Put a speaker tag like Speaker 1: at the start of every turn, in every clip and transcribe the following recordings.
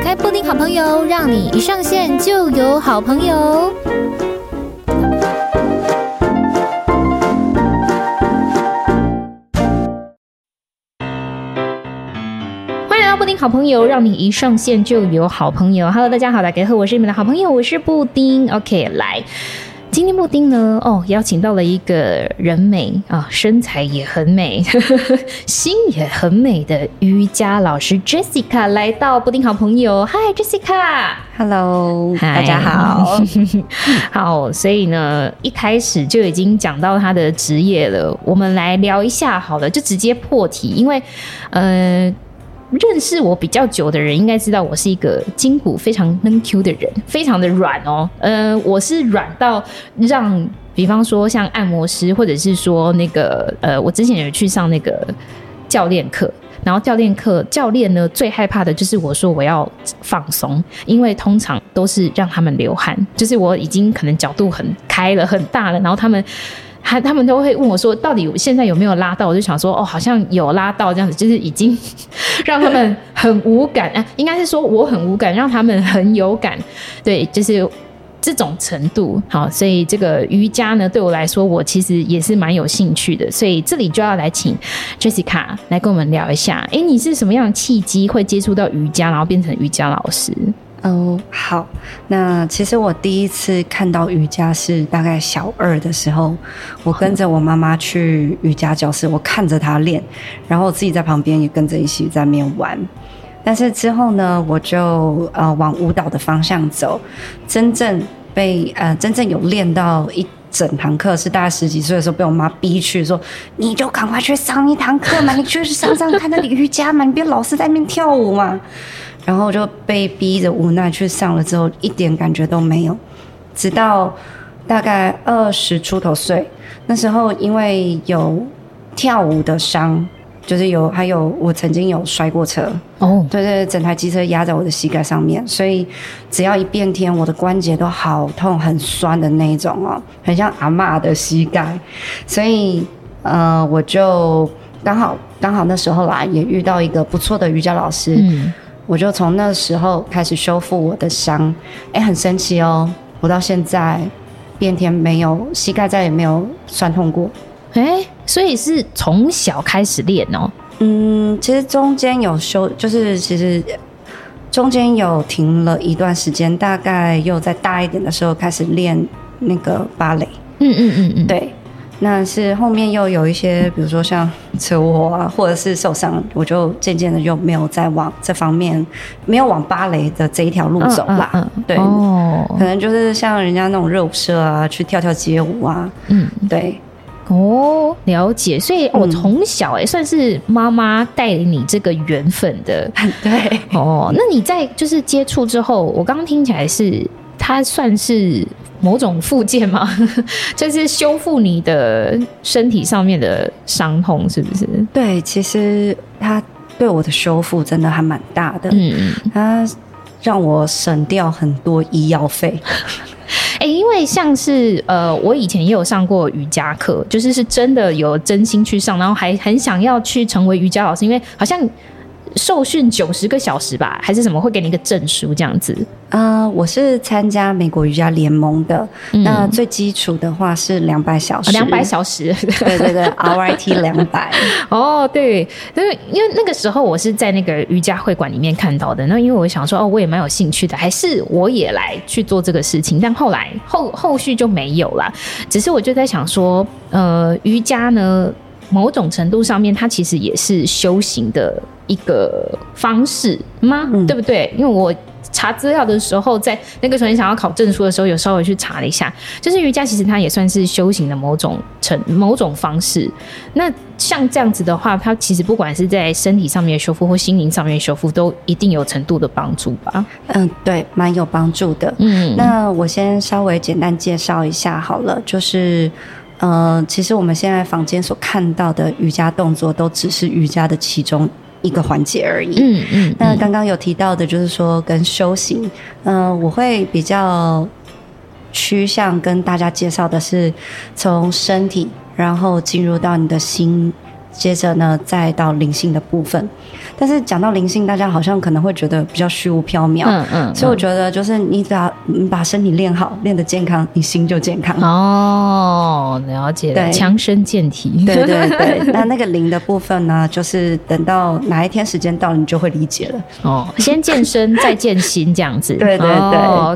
Speaker 1: 开布丁好朋友，让你一上线就有好朋友。欢迎来到布丁好朋友，让你一上线就有好朋友。Hello， 大家好，大家好，我是你们的好朋友，我是布丁。OK， 来。今天布丁呢，邀请到了一个人美啊，身材也很美，心也很美的瑜伽老师 Jessica 来到布丁好朋友。Hi Jessica，Hello，
Speaker 2: 大家好。
Speaker 1: 好，所以呢，一开始就已经讲到她的职业了，我们来聊一下好了，就直接破题，因为认识我比较久的人应该知道我是一个筋骨非常能 Q 的人，非常的软哦。我是软到让，比方说像按摩师，或者是说那个我之前有去上那个教练课，然后教练呢最害怕的就是我说我要放松，因为通常都是让他们流汗，就是我已经可能角度很开了很大了，然后他们都会问我说到底现在有没有拉到，我就想说好像有拉到这样子，就是已经让他们很无感应该是说我很无感，让他们很有感，对，就是这种程度。好，所以这个瑜伽呢对我来说我其实也是蛮有兴趣的，所以这里就要来请 Jessica 来跟我们聊一下，你是什么样的契机会接触到瑜伽然后变成瑜伽老师？
Speaker 2: 好，那其实我第一次看到瑜伽是大概小2的时候，我跟着我妈妈去瑜伽教室，我看着她练，然后我自己在旁边也跟着一起在那边玩。但是之后呢，我就往舞蹈的方向走，真正有练到一整堂课是大概10几岁的时候，被我妈逼去说，你就赶快去上一堂课嘛，你去上看那里瑜伽嘛，你别老是在那边跳舞嘛。然后就被逼着无奈去上了，之后一点感觉都没有，直到大概20出头岁，那时候因为有跳舞的伤，就是还有我曾经有摔过车对，整台机车压在我的膝盖上面，所以只要一变天，我的关节都好痛很酸的那一种很像阿嬷的膝盖，所以我就刚好那时候啦，也遇到一个不错的瑜伽老师，我就从那时候开始修复我的伤，很神奇哦！我到现在变天没有，膝盖再也没有酸痛过。
Speaker 1: 所以是从小开始练哦？
Speaker 2: 其实中间有其实中间有停了一段时间，大概又再大一点的时候开始练那个芭蕾。对。那是后面又有一些，比如说像车祸啊，或者是受伤，我就渐渐的就没有再往这方面，没有往芭蕾的这一条路走啦。对，可能就是像人家那种热舞社啊，去跳跳街舞啊。对。
Speaker 1: 了解。所以我从小算是妈妈带领你这个缘分的。
Speaker 2: 对。
Speaker 1: 那你在就是接触之后，我刚刚听起来是它算是某种复健吗？就是修复你的身体上面的伤痛，是不是？
Speaker 2: 对，其实它对我的修复真的还蛮大的。它让我省掉很多医药费。
Speaker 1: 因为像是我以前也有上过瑜伽课，就是真的有真心去上，然后还很想要去成为瑜伽老师，因为好像受训90个小时吧，还是什么，会给你一个证书这样子。
Speaker 2: 我是参加美国瑜伽联盟的，那最基础的话是200小时。
Speaker 1: 200小时，
Speaker 2: 对，RYT 200。
Speaker 1: 对，因为那个时候我是在那个瑜伽会馆里面看到的，那因为我想说，我也蛮有兴趣的，还是我也来去做这个事情，但后来后续就没有啦。只是我就在想说，瑜伽呢，某种程度上面，它其实也是修行的一个方式吗？对不对？因为我查资料的时候，在那个时候想要考证书的时候，有稍微去查了一下，就是瑜伽其实它也算是修行的某种方式。那像这样子的话，它其实不管是在身体上面的修复或心灵上面的修复，都一定有程度的帮助吧？
Speaker 2: 对，蛮有帮助的。那我先稍微简单介绍一下好了，就是其实我们现在坊间所看到的瑜伽动作，都只是瑜伽的其中一个环节而已。那刚刚有提到的就是说跟修行，我会比较趋向跟大家介绍的是从身体，然后进入到你的心接着呢再到灵性的部分。但是讲到灵性，大家好像可能会觉得比较虚无缥缈，所以我觉得就是你把身体练好，练得健康，你心就健康。
Speaker 1: 哦，了解了，强身健体。
Speaker 2: 对对对，那个灵的部分呢，就是等到哪一天时间到了，你就会理解了。
Speaker 1: 哦，先健身再健心这样子。
Speaker 2: 对对对、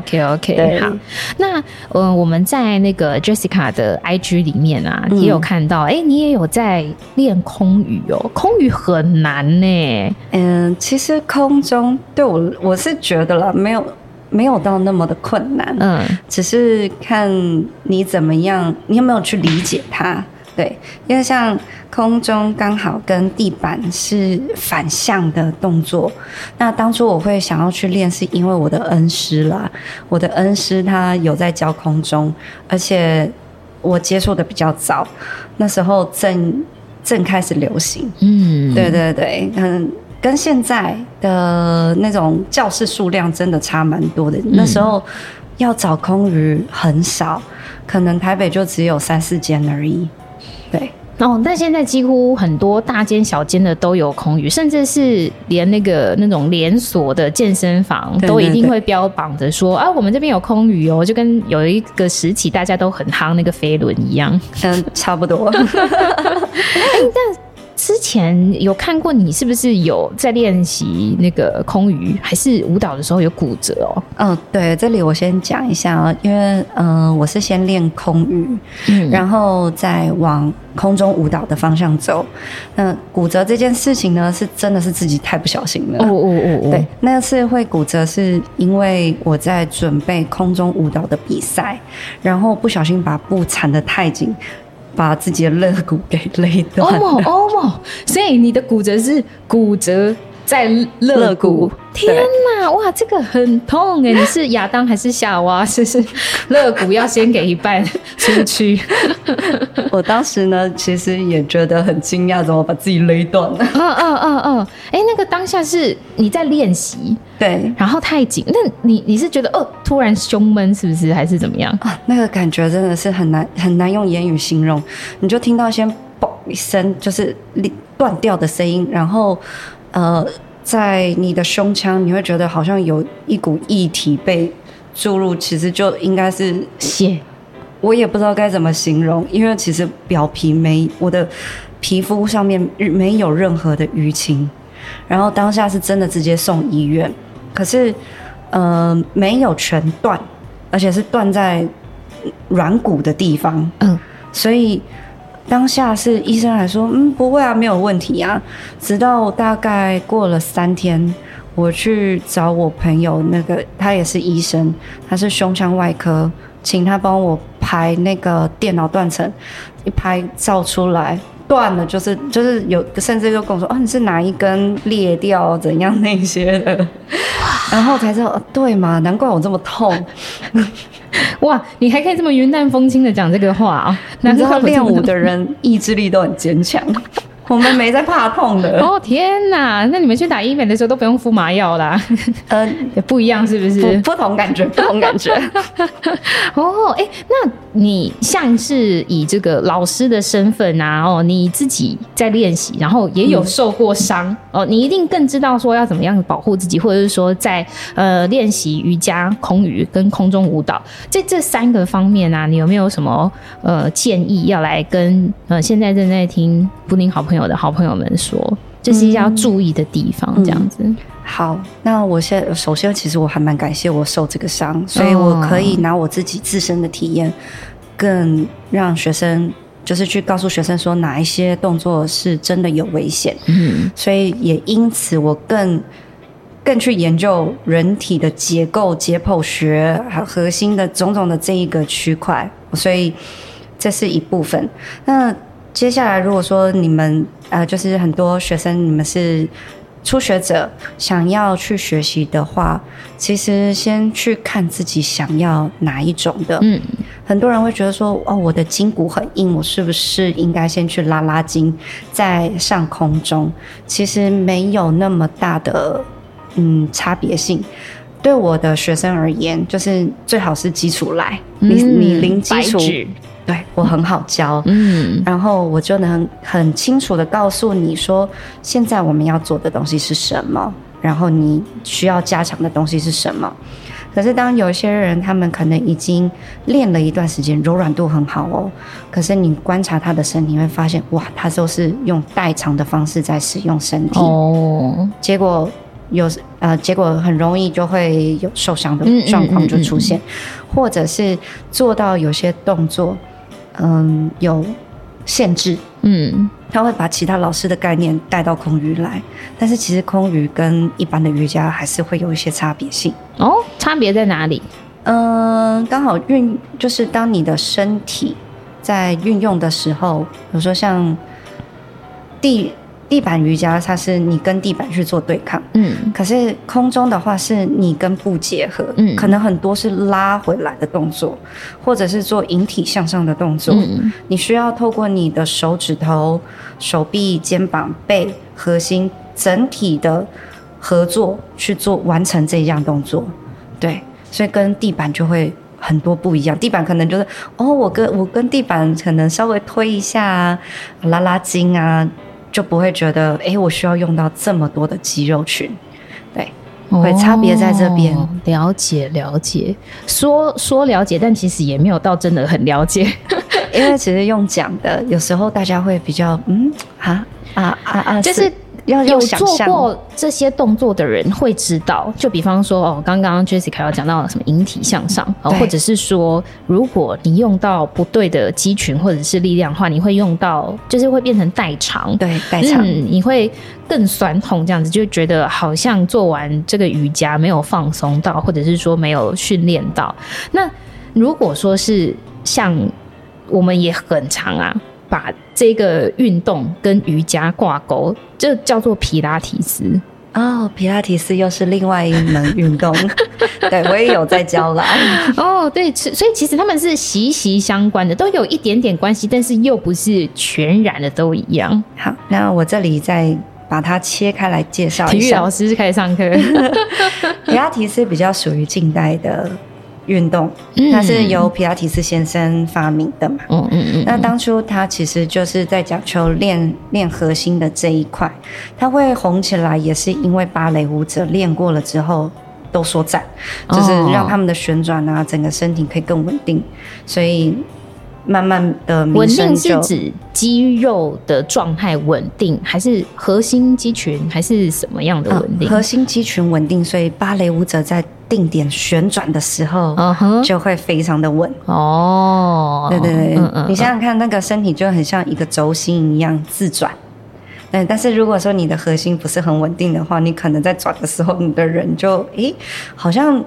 Speaker 1: OK， 好。那我们在那个 Jessica 的 IG 里面啊，也有看到，你也有在练空语哦，空语很难呢。
Speaker 2: 其实空中对我是觉得啦，没有到那么的困难，只是看你怎么样，你有没有去理解它。对，因为像空中刚好跟地板是反向的动作。那当初我会想要去练，是因为我的恩师啦，我的恩师他有在教空中，而且我接触的比较早，那时候正开始流行。对对对，跟现在的那种教室数量真的差蛮多的。那时候要找空余很少，可能台北就只有3-4间而已。对。
Speaker 1: 但现在几乎很多大间小间的都有空余，甚至是连那种连锁的健身房都一定会标榜着说我们这边有空余哦，就跟有一个时期大家都很夯那个飞轮一样。
Speaker 2: 差不多。
Speaker 1: 但之前有看过你是不是有在练习那个空余，还是舞蹈的时候有骨折哦？
Speaker 2: 对，这里我先讲一下因为我是先练空余，然后再往空中舞蹈的方向走。那骨折这件事情呢，是真的是自己太不小心了。对，那次会骨折是因为我在准备空中舞蹈的比赛，然后不小心把布缠得太紧，把自己的肋骨给勒断了。
Speaker 1: 所以你的骨折是骨折在肋骨。天哪，哇，这个很痛耶！你是亚当还是夏娃？是肋骨要先给一半出去。
Speaker 2: 我当时呢，其实也觉得很惊讶，怎么把自己勒断了？
Speaker 1: 那个当下是你在练习，
Speaker 2: 对，
Speaker 1: 然后太紧，那你是觉得突然胸闷是不是，还是怎么样？
Speaker 2: 那个感觉真的是很难用言语形容。你就听到先嘣一声，就是断掉的声音，然后在你的胸腔，你会觉得好像有一股液体被注入，其实就应该是
Speaker 1: 血。
Speaker 2: 我也不知道该怎么形容，因为其实表皮我的皮肤上面没有任何的淤青，然后当下是真的直接送医院，可是没有全断，而且是断在软骨的地方，所以当下是医生来说，不会啊，没有问题啊。直到大概过了3天，我去找我朋友，他也是医生，他是胸腔外科，请他帮我拍那个电脑断层，一拍照出来断了，就是有，甚至就跟我说，你是哪一根裂掉怎样那些的，然后才知道，对嘛，难怪我这么痛。
Speaker 1: 哇，你还可以这么云淡风轻的讲这个话
Speaker 2: 你知道练舞的人意志力都很坚强，我们没在怕痛的。
Speaker 1: 天哪，那你们去打医美的时候都不用敷麻药啦？不一样是不是？
Speaker 2: 不同感觉，不同感觉。
Speaker 1: 那你像是以这个老师的身份啊，你自己在练习，然后也有受过伤，你一定更知道说要怎么样保护自己，或者是说在练习瑜伽、空余跟空中舞蹈这3个方面啊，你有没有什么建议要来跟现在正在听布丁好朋友的好朋友们说，就是要注意的地方，这样子。
Speaker 2: 好，那我首先其实我还蛮感谢我受这个伤，所以我可以拿我自己自身的体验，更让学生就是去告诉学生说哪一些动作是真的有危险。所以也因此我更去研究人体的结构、解剖学还有核心的种种的这一个区块，所以这是一部分。那接下来如果说你们就是很多学生你们是初学者想要去学习的话，其实先去看自己想要哪一种的。很多人会觉得说我的筋骨很硬，我是不是应该先去拉筋再上空中？其实没有那么大的差别性。对我的学生而言，就是最好是基础来，你零基础， 对，我很好教，然后我就能很清楚的告诉你说，现在我们要做的东西是什么，然后你需要加强的东西是什么。可是当有些人他们可能已经练了一段时间，柔软度很好哦，可是你观察他的身体，你会发现哇，他都是用代偿的方式在使用身体，结果很容易就会有受伤的状况就出现，或者是做到有些动作有限制，他会把其他老师的概念带到空余来，但是其实空余跟一般的瑜伽还是会有一些差别性。
Speaker 1: 差别在哪里？
Speaker 2: 刚好就是当你的身体在运用的时候，比如说像地板瑜伽，它是你跟地板去做对抗，可是空中的话是你跟布结合，可能很多是拉回来的动作，或者是做引体向上的动作，你需要透过你的手指头、手臂、肩膀、背、核心整体的合作去做完成这一样动作，对，所以跟地板就会很多不一样。地板可能就是我跟地板可能稍微推一下啊，拉拉筋啊，就不会觉得我需要用到这么多的肌肉群，对，会差别在这边。
Speaker 1: 了解，说了解，但其实也没有到真的很了解，
Speaker 2: 因为其实用讲的，有时候大家会比较
Speaker 1: 就是有做过这些动作的人会知道，就比方说刚刚 Jessica 有讲到什么引体向上，或者是说如果你用到不对的肌群或者是力量的话，你会用到就是会变成代偿，
Speaker 2: 对，代偿，
Speaker 1: 你会更酸痛，这样子就觉得好像做完这个瑜伽没有放松到，或者是说没有训练到。那如果说是像我们也很常把这个运动跟瑜伽挂钩，就叫做皮拉提斯。
Speaker 2: 皮拉提斯又是另外一门运动，对，我也有在教啦。
Speaker 1: 对，所以其实他们是息息相关的，都有一点点关系，但是又不是全然的都一样。
Speaker 2: 好，那我这里再把它切开来介绍一下。
Speaker 1: 体育老师开始上课。
Speaker 2: 皮拉提斯比较属于近代的运动，它是由皮拉提斯先生发明的嘛。那当初他其实就是在讲求练核心的这一块，他会红起来也是因为芭蕾舞者练过了之后都说赞，就是让他们的旋转啊，整个身体可以更稳定，所以慢慢的
Speaker 1: 稳定是指肌肉的状态稳定，还是核心肌群，还是什么样的稳定？
Speaker 2: 核心肌群稳定，所以芭蕾舞者在定点旋转的时候就会非常的稳。对对对，你想想看，那个身体就很像一个轴心一样自转。对，但是如果说你的核心不是很稳定的话，你可能在转的时候，你的人就好像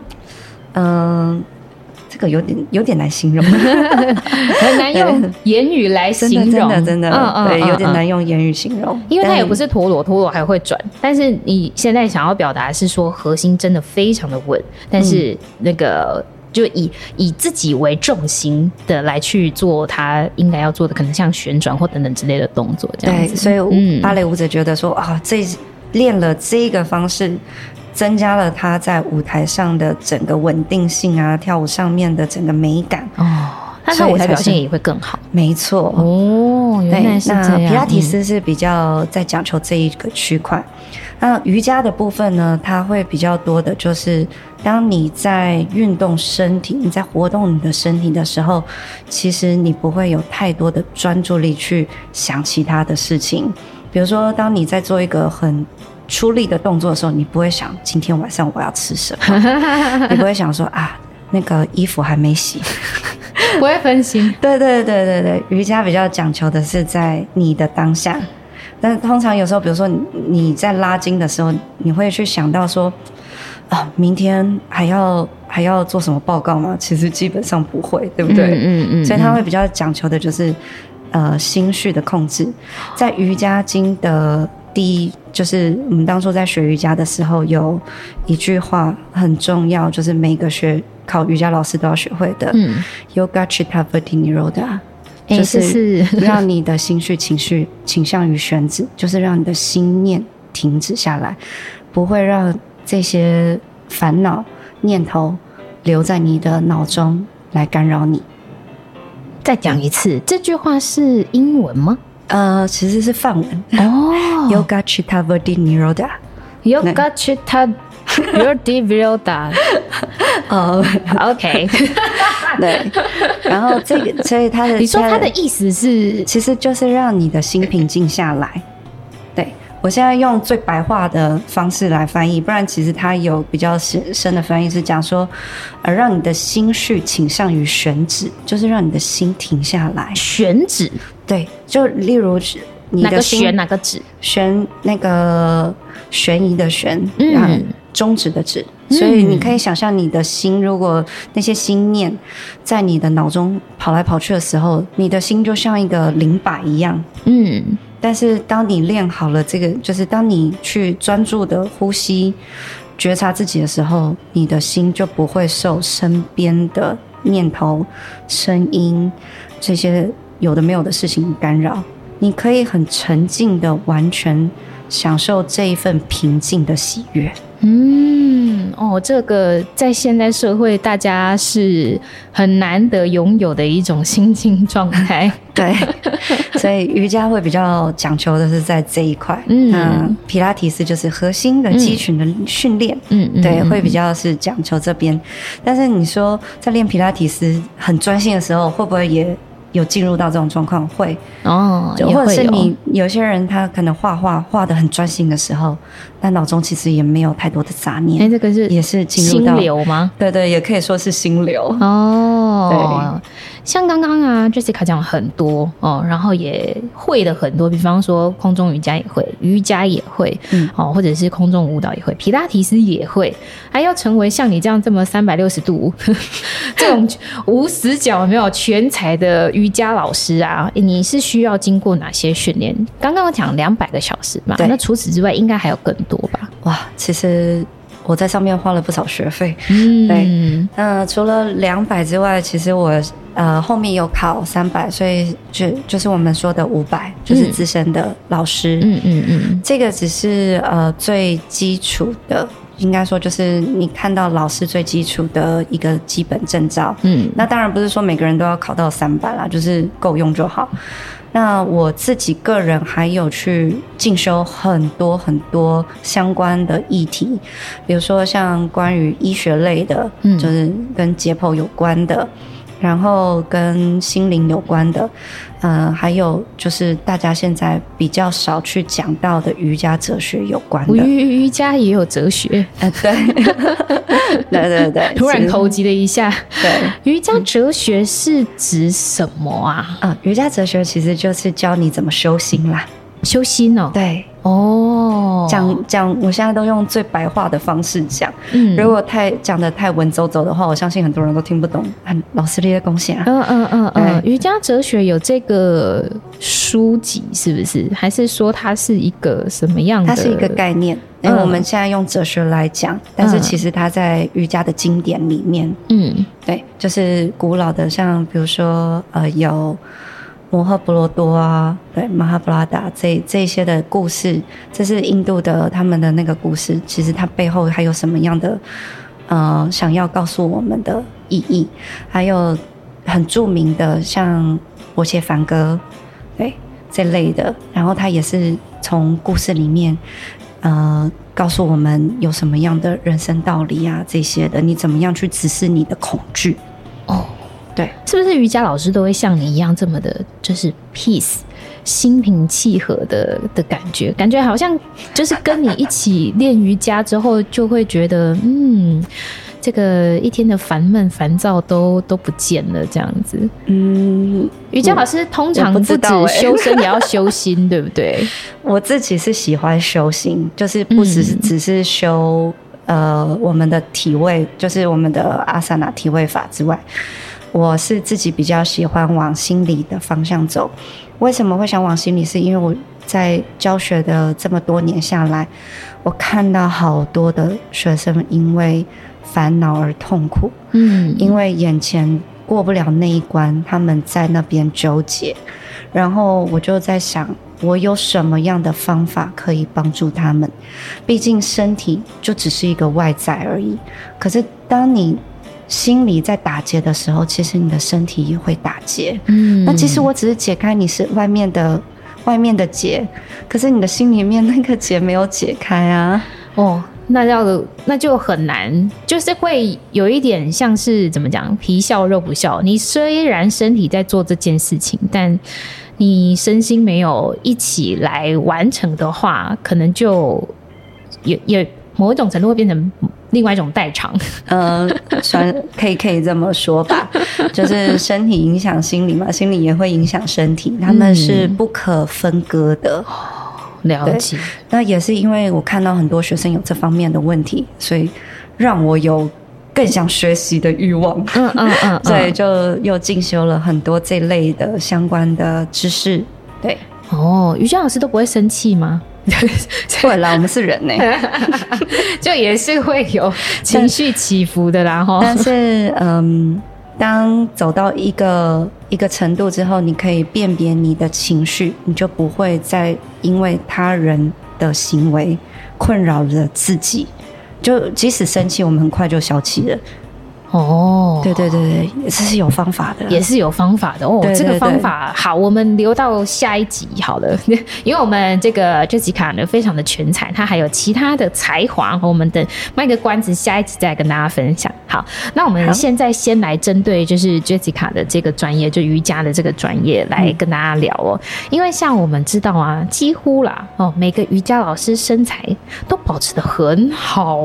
Speaker 2: 这个有点难形容，
Speaker 1: 很难用言语来形容，
Speaker 2: 真的，对，有点难用言语形容，
Speaker 1: 因为它也不是陀螺还会转，但是你现在想要表达的是说核心真的非常的稳，但是那个就以自己为重心的来去做他应该要做的，可能像旋转或等等之类的动作这样子。
Speaker 2: 对，所以芭蕾舞者觉得说这练了这个方式，增加了他在舞台上的整个稳定性啊，跳舞上面的整个美感
Speaker 1: 他在舞台表现也会更好。
Speaker 2: 没错
Speaker 1: 原来是这样。
Speaker 2: 那皮拉提斯是比较在讲求这一个区块。那瑜伽的部分呢，它会比较多的就是当你在运动身体，你在活动你的身体的时候，其实你不会有太多的专注力去想其他的事情。比如说当你在做一个很出力的动作的时候，你不会想今天晚上我要吃什么，你不会想说那个衣服还没洗，
Speaker 1: 不会分心。
Speaker 2: 对，瑜伽比较讲求的是在你的当下。但是通常有时候比如说你在拉筋的时候，你会去想到说明天还要做什么报告吗？其实基本上不会，对不对？所以他会比较讲求的就是心绪的控制。在瑜伽经的就是我们当初在学瑜伽的时候，有一句话很重要，就是每个考瑜伽老师都要学会的Yoga Chitta Vritti Nirodha，就是让你的心绪情绪倾向于悬止，就是让你的心念停止下来，不会让这些烦恼念头留在你的脑中来干扰你。
Speaker 1: 再讲一次，这句话是英文吗？
Speaker 2: 其实是梵文
Speaker 1: 哦
Speaker 2: ，Yoga Chitta Vritti Nirodha。
Speaker 1: Yoga Chitta Vritti Nirodha。OK。
Speaker 2: 对，然后这个，所以你
Speaker 1: 说它的意思是，
Speaker 2: 其实就是让你的心平静下来。对，我现在用最白话的方式来翻译，不然其实它有比较深的翻译是讲说，让你的心绪倾向于悬止，就是让你的心停下来。
Speaker 1: 悬止。对，
Speaker 2: 就例如你的心
Speaker 1: 哪个悬哪个止？
Speaker 2: 悬那个悬疑的悬，终止的止。所以你可以想象你的心，如果那些心念在你的脑中跑来跑去的时候，你的心就像一个零摆一样。但是当你练好了这个，就是当你去专注的呼吸觉察自己的时候，你的心就不会受身边的念头、声音这些有的没有的事情干扰，你可以很沉静的完全享受这一份平静的喜悦。
Speaker 1: 这个在现代社会大家是很难得拥有的一种心境状态。
Speaker 2: 对，所以瑜伽会比较讲求的是在这一块。皮拉提斯就是核心的肌群的训练。对，会比较是讲求这边。但是你说在练皮拉提斯很专心的时候，会不会也有进入到这种状况？会或者是你有些人他可能画得很专心的时候，但脑中其实也没有太多的杂念。
Speaker 1: 这个也是
Speaker 2: 进入到
Speaker 1: 心流吗？
Speaker 2: 对，也可以说是心流。
Speaker 1: 对，像刚刚Jessica 讲很多然后也会的很多，比方说空中瑜伽也会，瑜伽也会，或者是空中舞蹈也会，皮拉提斯也会，还要成为像你这么360度这种无死角没有全才的瑜伽老师你是需要经过哪些训练？刚刚讲200个小时嘛，那除此之外应该还有更多吧？
Speaker 2: 哇，其实我在上面花了不少学费。对，除了200之外，其实我后面有考300，所以就是我们说的500，就是资深的老师。这个只是最基础的，应该说就是你看到老师最基础的一个基本证照。那当然不是说每个人都要考到300啦，就是够用就好。那我自己个人还有去进修很多很多相关的议题，比如说像关于医学类的，就是跟解剖有关的，然后跟心灵有关的，还有就是大家现在比较少去讲到的瑜伽哲学有关的。
Speaker 1: 瑜伽也有哲学？
Speaker 2: 对，
Speaker 1: 突然投机了一下。
Speaker 2: 对，
Speaker 1: 瑜伽哲学是指什么啊？
Speaker 2: 瑜伽哲学其实就是教你怎么修心啦。
Speaker 1: 修心哦？
Speaker 2: 对。讲，我现在都用最白话的方式讲。如果讲得太文绉绉的话，我相信很多人都听不懂。老师你的贡献
Speaker 1: 瑜伽哲学有这个书籍是不是？还是说它是一个什么样的？
Speaker 2: 它是一个概念，因为我们现在用哲学来讲，但是其实它在瑜伽的经典里面，对，就是古老的，像比如说有摩诃婆罗多对，马哈布拉达这些的故事，这是印度的他们的那个故事，其实它背后还有什么样的想要告诉我们的意义，还有很著名的像波切梵歌，对，这类的，然后它也是从故事里面告诉我们有什么样的人生道理这些的，你怎么样去直视你的恐惧。对，
Speaker 1: 是不是瑜伽老师都会像你一样这么的，就是 peace， 心平气和的感觉？感觉好像就是跟你一起练瑜伽之后，就会觉得这个一天的烦闷、烦躁都不见了，这样子。瑜伽老师通常不止修身，也要修心，对不对？
Speaker 2: 我自己是喜欢修心，就是不只是修我们的体位，就是我们的阿萨那体位法之外。我是自己比较喜欢往心理的方向走。为什么会想往心理？是因为我在教学的这么多年下来，我看到好多的学生因为烦恼而痛苦，因为眼前过不了那一关，他们在那边纠结。然后我就在想，我有什么样的方法可以帮助他们？毕竟身体就只是一个外在而已。可是当你心理在打结的时候，其实你的身体也会打结。那其实我只是解开你是外面的结，可是你的心里面那个结没有解开啊。
Speaker 1: 那就很难，就是会有一点像是怎么讲，皮笑肉不笑。你虽然身体在做这件事情，但你身心没有一起来完成的话，可能就也某一种程度会变成另外一种代偿。
Speaker 2: 可以这么说吧，就是身体影响心理嘛，心理也会影响身体，他们是不可分割的。
Speaker 1: 了解。
Speaker 2: 那也是因为我看到很多学生有这方面的问题，所以让我有更想学习的欲望。所以就又进修了很多这类的相关的知识。对。
Speaker 1: 瑜伽老师都不会生气吗？
Speaker 2: 会啦，我们是人呢、
Speaker 1: 就也是会有情绪起伏的啦。
Speaker 2: 但是当走到一个程度之后，你可以辨别你的情绪，你就不会再因为他人的行为困扰了自己。就即使生气，我们很快就消气了。对，这是有方法的，
Speaker 1: 也是有方法的哦。对，这个方法好，我们留到下一集好了，因为我们这个 Jessica 呢非常的全才，她还有其他的才华，我们等卖个关子，下一集再跟大家分享。好，那我们现在先来针对就是 Jessica 的这个专业，就瑜伽的这个专业来跟大家聊哦。因为像我们知道啊，几乎啦每个瑜伽老师身材都保持得很好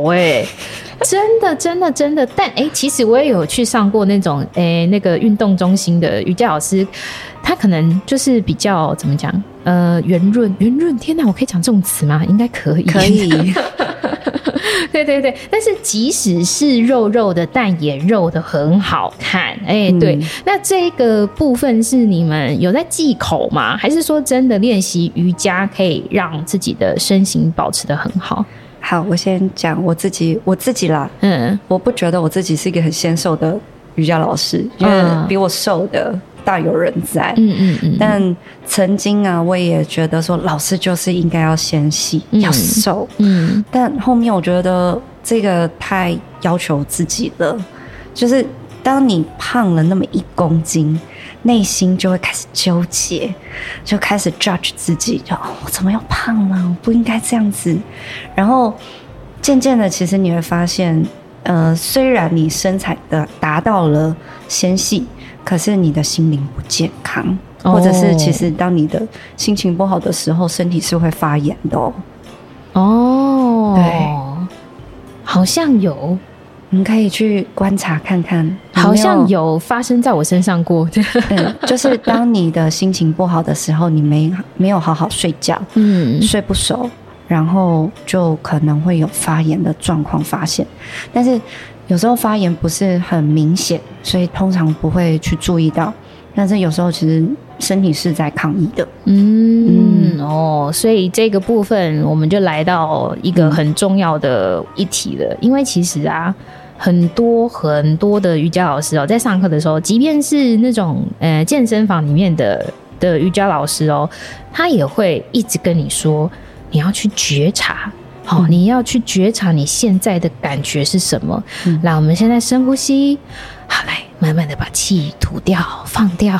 Speaker 1: 真的，但其实我也有去上过那种那个运动中心的瑜伽老师，他可能就是比较怎么讲圆润，天哪，我可以讲这种词吗？应该可以。对，但是即使是肉肉的，但也肉的很好看。对，那这个部分是你们有在忌口吗？还是说真的练习瑜伽可以让自己的身形保持得很好？
Speaker 2: 好，我先讲我自己啦。我不觉得我自己是一个很纤瘦的瑜伽老师，因为比我瘦的大有人在。但曾经啊，我也觉得说老师就是应该要纤细，要瘦。但后面我觉得这个太要求自己了，就是当你胖了那么1公斤，内心就会开始纠结，就开始 judge 自己，就我怎么又胖了？我不应该这样子。然后渐渐的，其实你会发现，虽然你身材的达到了纤细，可是你的心灵不健康，或者是其实当你的心情不好的时候，身体是会发炎的对，
Speaker 1: 好像有。
Speaker 2: 你可以去观察看看，
Speaker 1: 好像有发生在我身上过。
Speaker 2: 就是当你的心情不好的时候，你没有好好睡觉，睡不熟，然后就可能会有发炎的状况发现。但是有时候发炎不是很明显，所以通常不会去注意到。但是有时候其实身体是在抗议的。
Speaker 1: 所以这个部分我们就来到一个很重要的一题了。因为其实啊，很多的瑜伽老师在上课的时候，即便是那种健身房里面的瑜伽老师他也会一直跟你说，你要去觉察。你要去觉察你现在的感觉是什么。来，我们现在深呼吸，好，来慢慢的把气吐掉放掉。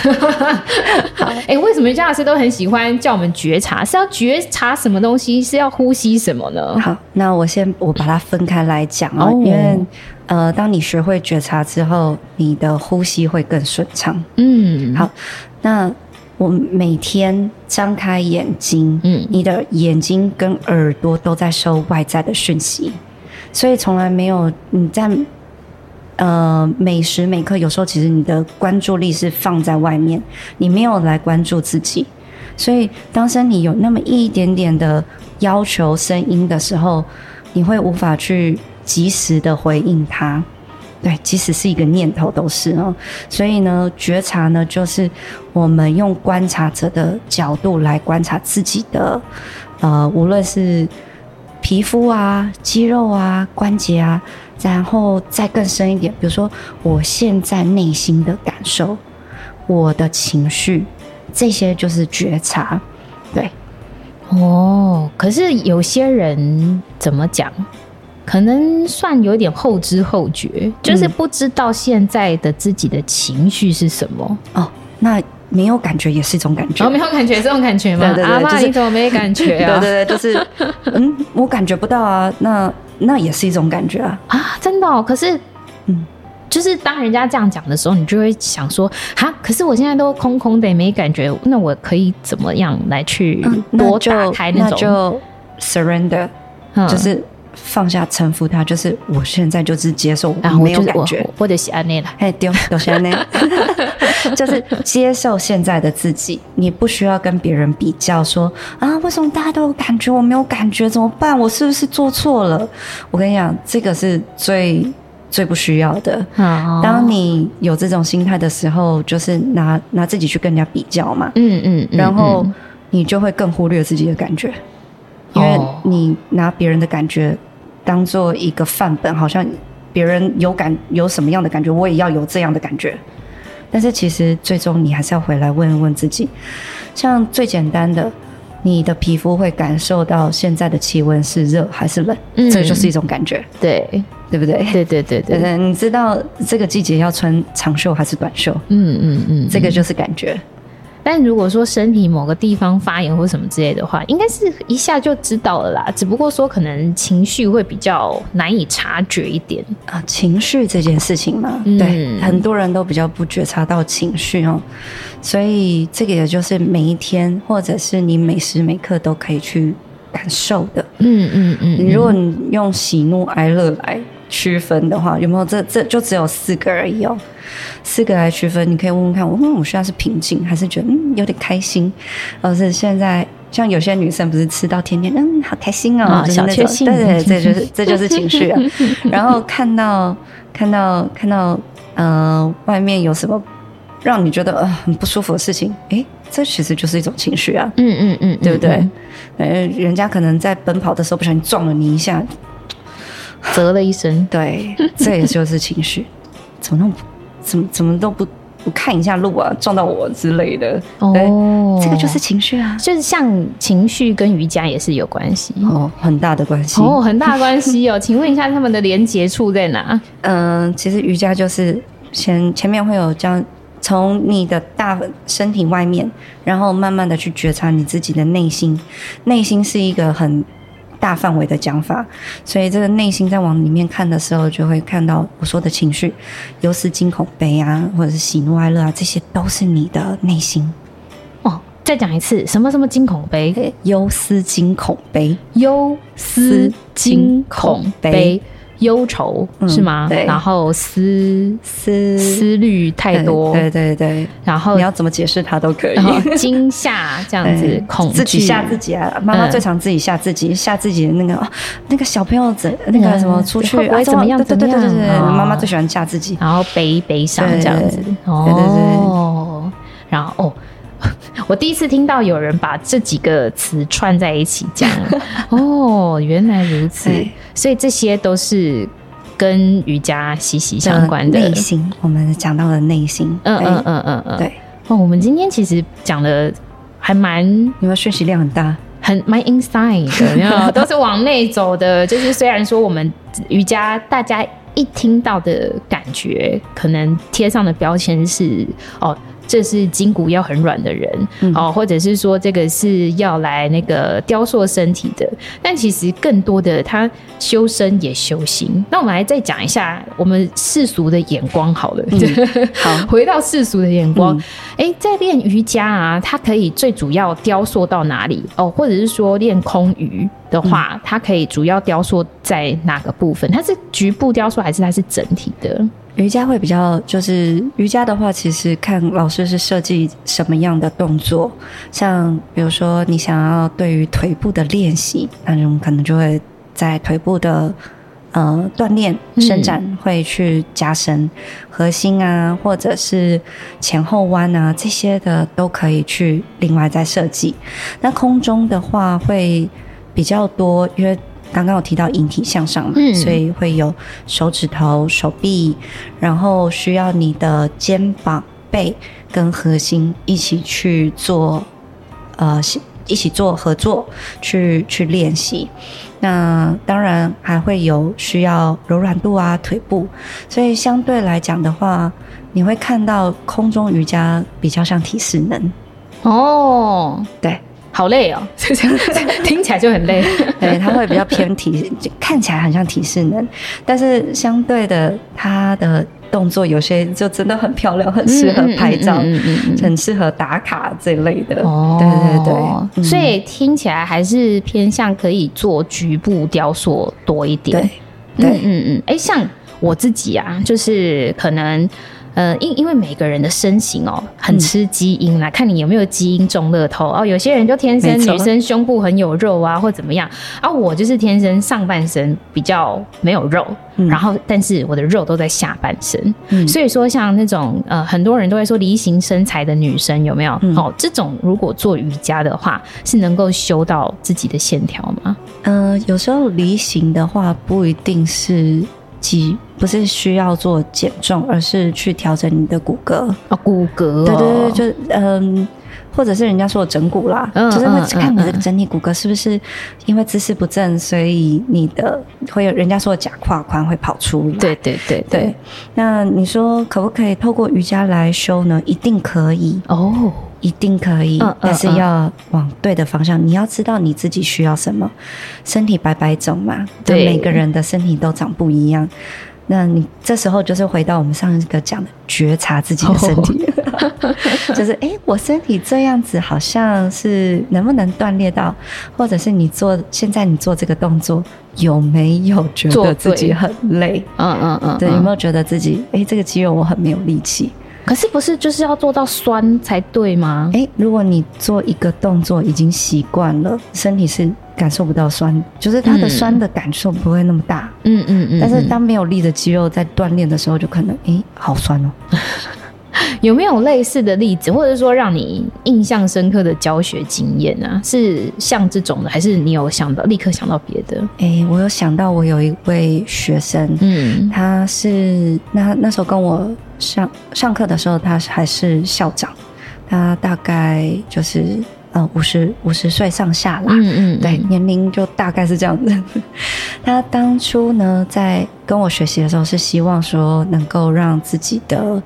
Speaker 1: 为什么瑜伽老师都很喜欢叫我们觉察？是要觉察什么东西？是要呼吸什么呢？
Speaker 2: 好，那我把它分开来讲因为当你学会觉察之后，你的呼吸会更顺畅。好，那我每天张开眼睛，你的眼睛跟耳朵都在收外在的讯息，所以从来没有你在每时每刻，有时候其实你的关注力是放在外面，你没有来关注自己。所以当身体有那么一点点的要求声音的时候，你会无法去及时的回应它。对，即使是一个念头都是所以呢，觉察呢，就是我们用观察者的角度来观察自己的无论是皮肤啊、肌肉啊、关节啊，然后再更深一点，比如说我现在内心的感受、我的情绪，这些就是觉察。对。
Speaker 1: 可是有些人怎么讲？ 可能算有点后知后觉，就是不知道现在的自己的情绪是什么。
Speaker 2: 哦，那没有感觉也是一种感觉。
Speaker 1: 没有感觉这种感觉吗？
Speaker 2: 对对对，
Speaker 1: 阿嬷你怎么没感觉啊？
Speaker 2: 对对对，就是我感觉不到啊，那也是一种感觉啊。
Speaker 1: 真的哦。可是就是当人家这样讲的时候，你就会想说可是我现在都空空的没感觉，那我可以怎么样来去多打开那种？
Speaker 2: 那就 surrender，就是放下臣服它，就是我现在就是接受没有感觉，
Speaker 1: 或者是安内了，
Speaker 2: 对，都是安内，就是接受现在的自己，你不需要跟别人比较说为什么大家都有感觉我没有感觉怎么办？我是不是做错了？我跟你讲，这个是最不需要的。当你有这种心态的时候，就是拿自己去跟人家比较嘛，然后你就会更忽略自己的感觉，因为你拿别人的感觉当做一个范本，好像别人有什么样的感觉，我也要有这样的感觉。但是其实最终你还是要回来问问自己，像最简单的，你的皮肤会感受到现在的气温是热还是冷，这个就是一种感觉，对不对？对，你知道这个季节要穿长袖还是短袖，这个就是感觉。
Speaker 1: 但如果说身体某个地方发炎或什么之类的话，应该是一下就知道了啦，只不过说可能情绪会比较难以察觉一点
Speaker 2: 情绪这件事情嘛，对，很多人都比较不觉察到情绪所以这个也就是每一天或者是你每时每刻都可以去感受的。如果你用喜怒哀乐来区分的话，有没有这就只有4个而已4个来区分，你可以问问看，我现在是平静还是觉得有点开心，是现在像有些女生不是吃到甜甜好开心就是
Speaker 1: 小确幸，
Speaker 2: 对，这就是情绪然后看到外面有什么让你觉得很不舒服的事情，这其实就是一种情绪啊，对不对？人家可能在奔跑的时候不小心撞了你一下，
Speaker 1: 啧了一声，
Speaker 2: 对，这也就是情绪。怎么都不看一下路啊，撞到我之类的，这个就是情绪啊。
Speaker 1: 就是像情绪跟瑜伽也是有关系
Speaker 2: 很大的关系
Speaker 1: 很大的关系请问一下他们的连结处在哪？
Speaker 2: 其实瑜伽就是前面会有这样，从你的大身体外面，然后慢慢的去觉察你自己的内心。内心是一个很大范围的讲法，所以这个内心在往里面看的时候，就会看到我说的情绪，忧思惊恐悲或者是喜怒哀乐这些都是你的内心。
Speaker 1: 再讲一次，什么什么惊恐悲？
Speaker 2: 忧思惊恐悲，
Speaker 1: 忧思惊恐悲，忧愁是吗？
Speaker 2: 对。
Speaker 1: 然后思虑太多，
Speaker 2: 对。然后你要怎么解释它都可以。
Speaker 1: 然后惊吓这样子，恐惧
Speaker 2: 自己吓自己啊！妈妈最常自己吓自己，吓自己的那个小朋友那个什么出去
Speaker 1: 会怎么样？
Speaker 2: 对，妈妈最喜欢吓自己，
Speaker 1: 然后悲伤这样子。
Speaker 2: 对。
Speaker 1: 然后我第一次听到有人把这几个词串在一起讲原来如此，所以这些都是跟瑜伽息息相关的
Speaker 2: 内心。我们讲到了内心，对。
Speaker 1: 我们今天其实讲的还蛮，
Speaker 2: 有没有讯息量很大？
Speaker 1: 蛮 inside 的，都是往内走的。就是虽然说我们瑜伽大家一听到的感觉，可能贴上的标签是这是筋骨要很软的人或者是说这个是要来那个雕塑身体的，但其实更多的他修身也修心。那我们来再讲一下我们世俗的眼光好了，好，回到世俗的眼光，在练瑜伽它可以最主要雕塑到哪里或者是说练空瑜的话，它可以主要雕塑在哪个部分？它是局部雕塑还是它是整体的？
Speaker 2: 瑜伽会比较，就是瑜伽的话，其实看老师是设计什么样的动作。像比如说你想要对于腿部的练习，那我们可能就会在腿部的锻炼伸展会去加深核心或者是前后弯这些的都可以去另外再设计。那空中的话会比较多，因为刚刚有提到引体向上嘛，所以会有手指头、手臂，然后需要你的肩膀、背跟核心一起去做一起做合作去练习。那当然还会有需要柔软度啊、腿部，所以相对来讲的话，你会看到空中瑜伽比较像体适能。
Speaker 1: 哦，
Speaker 2: 对，
Speaker 1: 好累哦，听起来就很累。
Speaker 2: 对，它会比较偏体，看起来很像体适能，但是相对的，它的动作有些就真的很漂亮，很适合拍照，很适合打卡这类的。哦，对对对，
Speaker 1: 所以听起来还是偏向可以做局部雕塑多一点。对，哎，像我自己啊，就是可能。因为每个人的身形哦很吃基因啦，看你有没有基因中乐透哦。有些人就天生女生胸部很有肉啊，或怎么样啊。我就是天生上半身比较没有肉，然后但是我的肉都在下半身。所以说像那种很多人都会说梨形身材的女生有没有？哦，这种如果做瑜伽的话，是能够修到自己的线条吗？
Speaker 2: 有时候梨形的话不一定是。不是需要做减重，而是去调整你的骨骼。
Speaker 1: 骨骼。
Speaker 2: 对对对，就或者是人家说的整骨啦，就是会看你的整体骨骼是不是因为姿势不正，所以你的会有人家说的假胯宽会跑出来。
Speaker 1: 对对对 对。
Speaker 2: 那你说可不可以透过瑜伽来修呢？一定可以哦。一定可以，但是要往对的方向。你要知道你自己需要什么，身体百百种嘛，对，每个人的身体都长不一样。那你这时候就是回到我们上一个讲的觉察自己的身体，就是我身体这样子好像是能不能锻炼到，或者是现在你做这个动作有没有觉得自己很累？对，有没有觉得自己这个肌肉我很没有力气？
Speaker 1: 可是不是就是要做到酸才对吗？
Speaker 2: 如果你做一个动作已经习惯了，身体是感受不到酸，就是它的酸的感受不会那么大。但是当没有力的肌肉在锻炼的时候，就可能好酸哦。
Speaker 1: 有没有类似的例子，或者说让你印象深刻的教学经验啊？是像这种的，还是你有立刻想到别的？
Speaker 2: 我有想到，我有一位学生，他是那时候跟我上课的时候，他还是校长，他大概就是50岁上下啦，对，年龄就大概是这样子。他当初呢，在跟我学习的时候，是希望说能够让自己的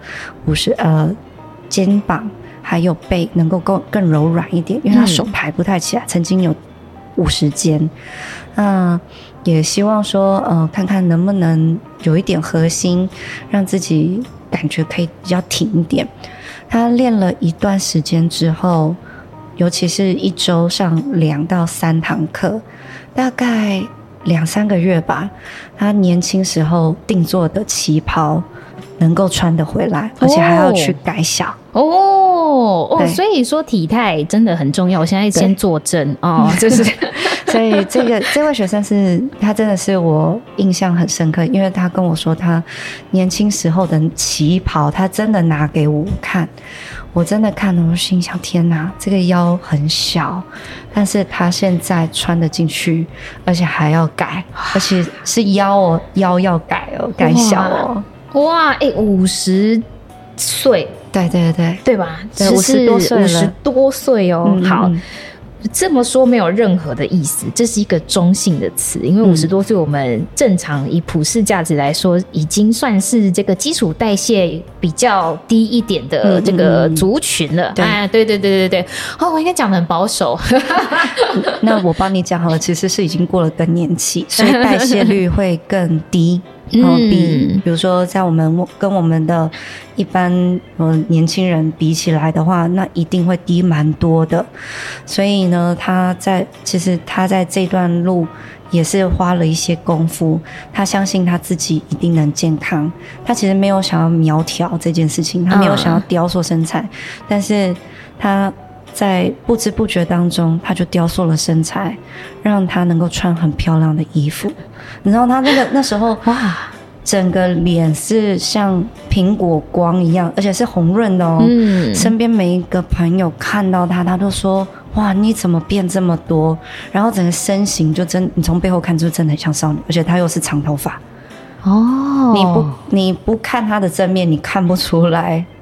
Speaker 2: 肩膀还有背能够更柔软一点，因为他手抬不太起来，曾经有50肩。也希望说看看能不能有一点核心，让自己感觉可以比较挺一点。他练了一段时间之后，尤其是一周上2到3堂课，大概2-3个月吧，他年轻时候定做的旗袍能够穿得回来，而且还要去改小。
Speaker 1: 所以说体态真的很重要。我现在先坐正就是
Speaker 2: 所以这位学生他真的是我印象很深刻，因为他跟我说他年轻时候的旗袍，他真的拿给我看，我真的看了，我心想天哪，这个腰很小，但是他现在穿得进去，而且还要改，而且是腰要改改小哦。
Speaker 1: 哇，50岁，
Speaker 2: 对
Speaker 1: 吧
Speaker 2: ？50多岁了
Speaker 1: ，50多岁哦。好，这么说没有任何的意思，这是一个中性的词，因为50多岁我们正常以普世价值来说，已经算是这个基础代谢比较低一点的这个族群了。对。我应该讲得很保守。
Speaker 2: 那我帮你讲好了，其实是已经过了更年期，所以代谢率会更低。比如说在跟我们的一般年轻人比起来的话，那一定会低蛮多的。所以呢，其实他在这段路也是花了一些功夫，他相信他自己一定能健康，他其实没有想要苗条这件事情，他没有想要雕塑身材，但是他在不知不觉当中，他就雕塑了身材，让他能够穿很漂亮的衣服。你知道他那时候哇，整个脸是像苹果光一样，而且是红润的哦。身边每一个朋友看到他都说哇，你怎么变这么多？然后整个身形就你从背后看就真的很像少女，而且他又是长头发哦。你不看他的正面，你看不出来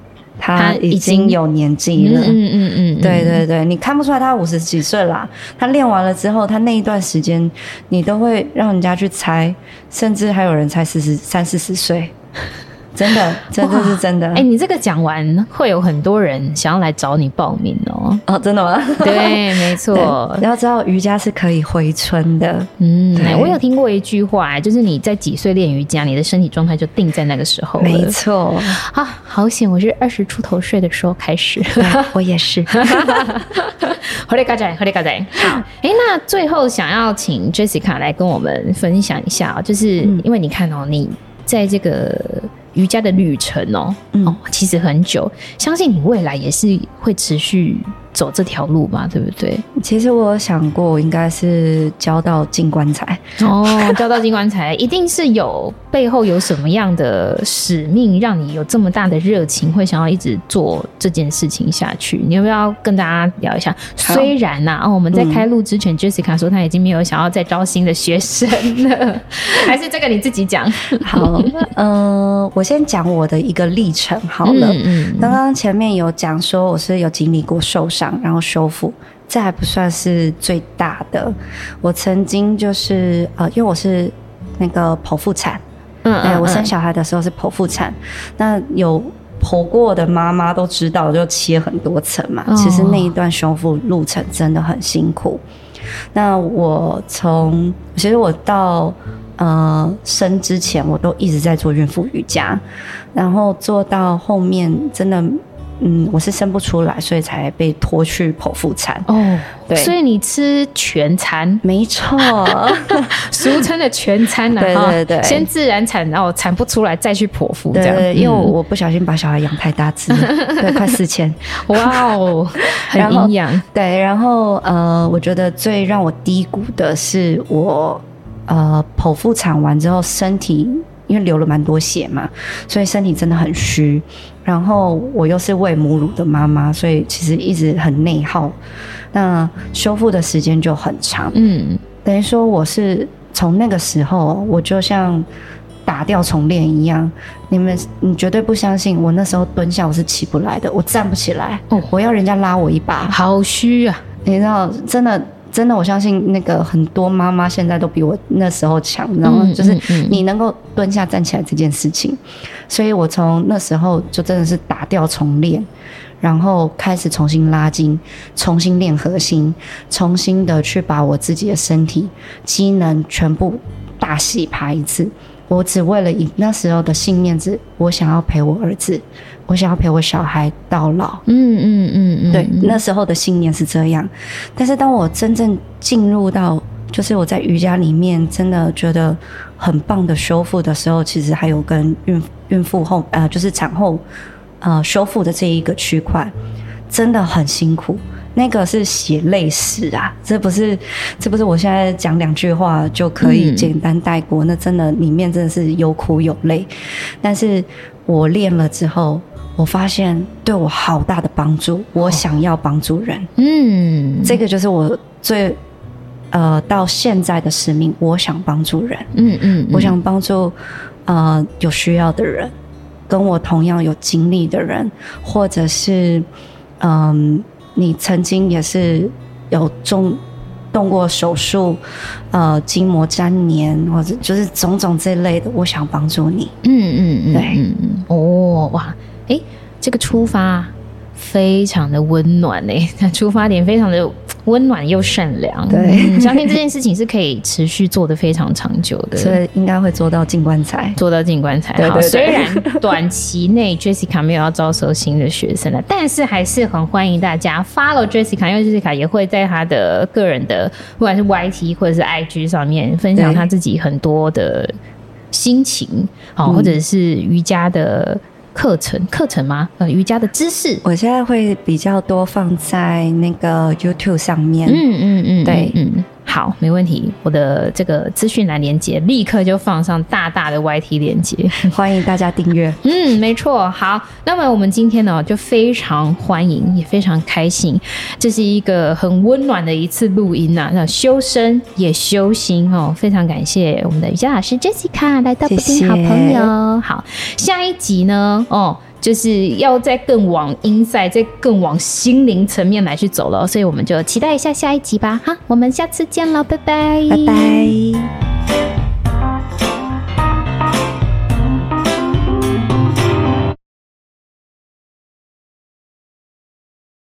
Speaker 2: 他已经有年纪了。对对对，你看不出来他50几岁啦。他练完了之后，他那一段时间，你都会让人家去猜，甚至还有人猜30-40岁。真的，这是真的。
Speaker 1: 你这个讲完，会有很多人想要来找你报名哦。
Speaker 2: 哦，真的吗？
Speaker 1: 对，没错。
Speaker 2: 你要知道，瑜伽是可以回春的。
Speaker 1: 我有听过一句话，就是你在几岁练瑜伽，你的身体状态就定在那个时候了。
Speaker 2: 没错。
Speaker 1: 啊，好险！我是20出头岁的时候开始，
Speaker 2: 我也是。
Speaker 1: 好嘞，嘎仔，好嘞，嘎仔。好，那最后想要请 Jessica 来跟我们分享一下，就是因为你看哦，你在这个瑜伽的旅程其实很久，相信你未来也是会持续走这条路嘛，对不对？
Speaker 2: 其实我有想过，我应该是教到进棺材。
Speaker 1: 教到进棺材，一定是背后有什么样的使命，让你有这么大的热情，会想要一直做这件事情下去？你要不要跟大家聊一下？虽然我们在开录之前，Jessica 说她已经没有想要再招新的学生了，还是这个你自己讲？
Speaker 2: 好，我先讲我的一个历程好了。刚刚前面有讲说我是有经历过受伤，然后修复，这还不算是最大的。我曾经就是因为我是那个剖腹产，我生小孩的时候是剖腹产，那有剖过的妈妈都知道，就切很多层嘛。其实那一段修复路程真的很辛苦。那其实我到生之前，我都一直在做孕妇瑜伽，然后做到后面真的。我是生不出来，所以才被拖去剖腹产。对，
Speaker 1: 所以你吃全餐，
Speaker 2: 没错，
Speaker 1: 俗称的全餐啊。
Speaker 2: 对对对，
Speaker 1: 先自然产，然后产不出来再去剖腹，这样。
Speaker 2: 对，因为我不小心把小孩养太大只，对，快4000。
Speaker 1: 哇哦，很营养。
Speaker 2: 对，然后我觉得最让我低谷的是我剖腹产完之后身体。因为流了蛮多血嘛，所以身体真的很虚。然后我又是喂母乳的妈妈，所以其实一直很内耗。那修复的时间就很长。等于说我是从那个时候，我就像打掉重练一样。你绝对不相信，我那时候蹲下我是起不来的，我站不起来。我要人家拉我一把，
Speaker 1: 好虚啊！
Speaker 2: 你知道，真的，我相信那个很多妈妈现在都比我那时候强，然后就是你能够蹲下站起来这件事情，所以我从那时候就真的是打掉重练，然后开始重新拉筋，重新练核心，重新的去把我自己的身体机能全部大洗牌一次。我只为了那时候的信念是，我想要陪我儿子，我想要陪我小孩到老。对，那时候的信念是这样。但是当我真正进入到，就是我在瑜伽里面真的觉得很棒的修复的时候，其实还有跟孕妇后就是产后修复的这一个区块，真的很辛苦。那个是血泪史啊，这不是我现在讲2句话就可以简单带过，那真的里面真的是有苦有泪。但是我练了之后，我发现对我好大的帮助，我想要帮助人。这个就是我最到现在的使命，我想帮助人。我想帮助有需要的人，跟我同样有经历的人，或者是你曾经也是有动过手术，筋膜粘连，或者就是种种这类的，我想帮助你。对，
Speaker 1: 哇，这个出发非常的温暖出发点非常的温暖又善良。
Speaker 2: 对，
Speaker 1: 相信这件事情是可以持续做得非常长久的，
Speaker 2: 所以应该会做到进棺材。对，
Speaker 1: 好，虽然短期内 Jessica 没有要招收新的学生了，但是还是很欢迎大家 follow Jessica， 因为 Jessica 也会在她的个人的不管是 YT 或者是 IG 上面分享她自己很多的心情，或者是瑜伽的课程吗？瑜伽的知识，
Speaker 2: 我现在会比较多放在那个 YouTube 上面。对，
Speaker 1: 好，没问题。我的这个资讯栏连结立刻就放上大大的 YT 连结，
Speaker 2: 欢迎大家订阅。
Speaker 1: 没错。好，那么我们今天呢就非常欢迎，也非常开心，这是一个很温暖的一次录音啊，那修身也修心非常感谢我们的瑜伽老师 Jessica 来到布丁好朋友。好，下一集呢就是要再更往inside，再更往心灵层面来去走了，所以我们就期待一下下一集吧。哈，我们下次见了，拜拜，
Speaker 2: 拜拜。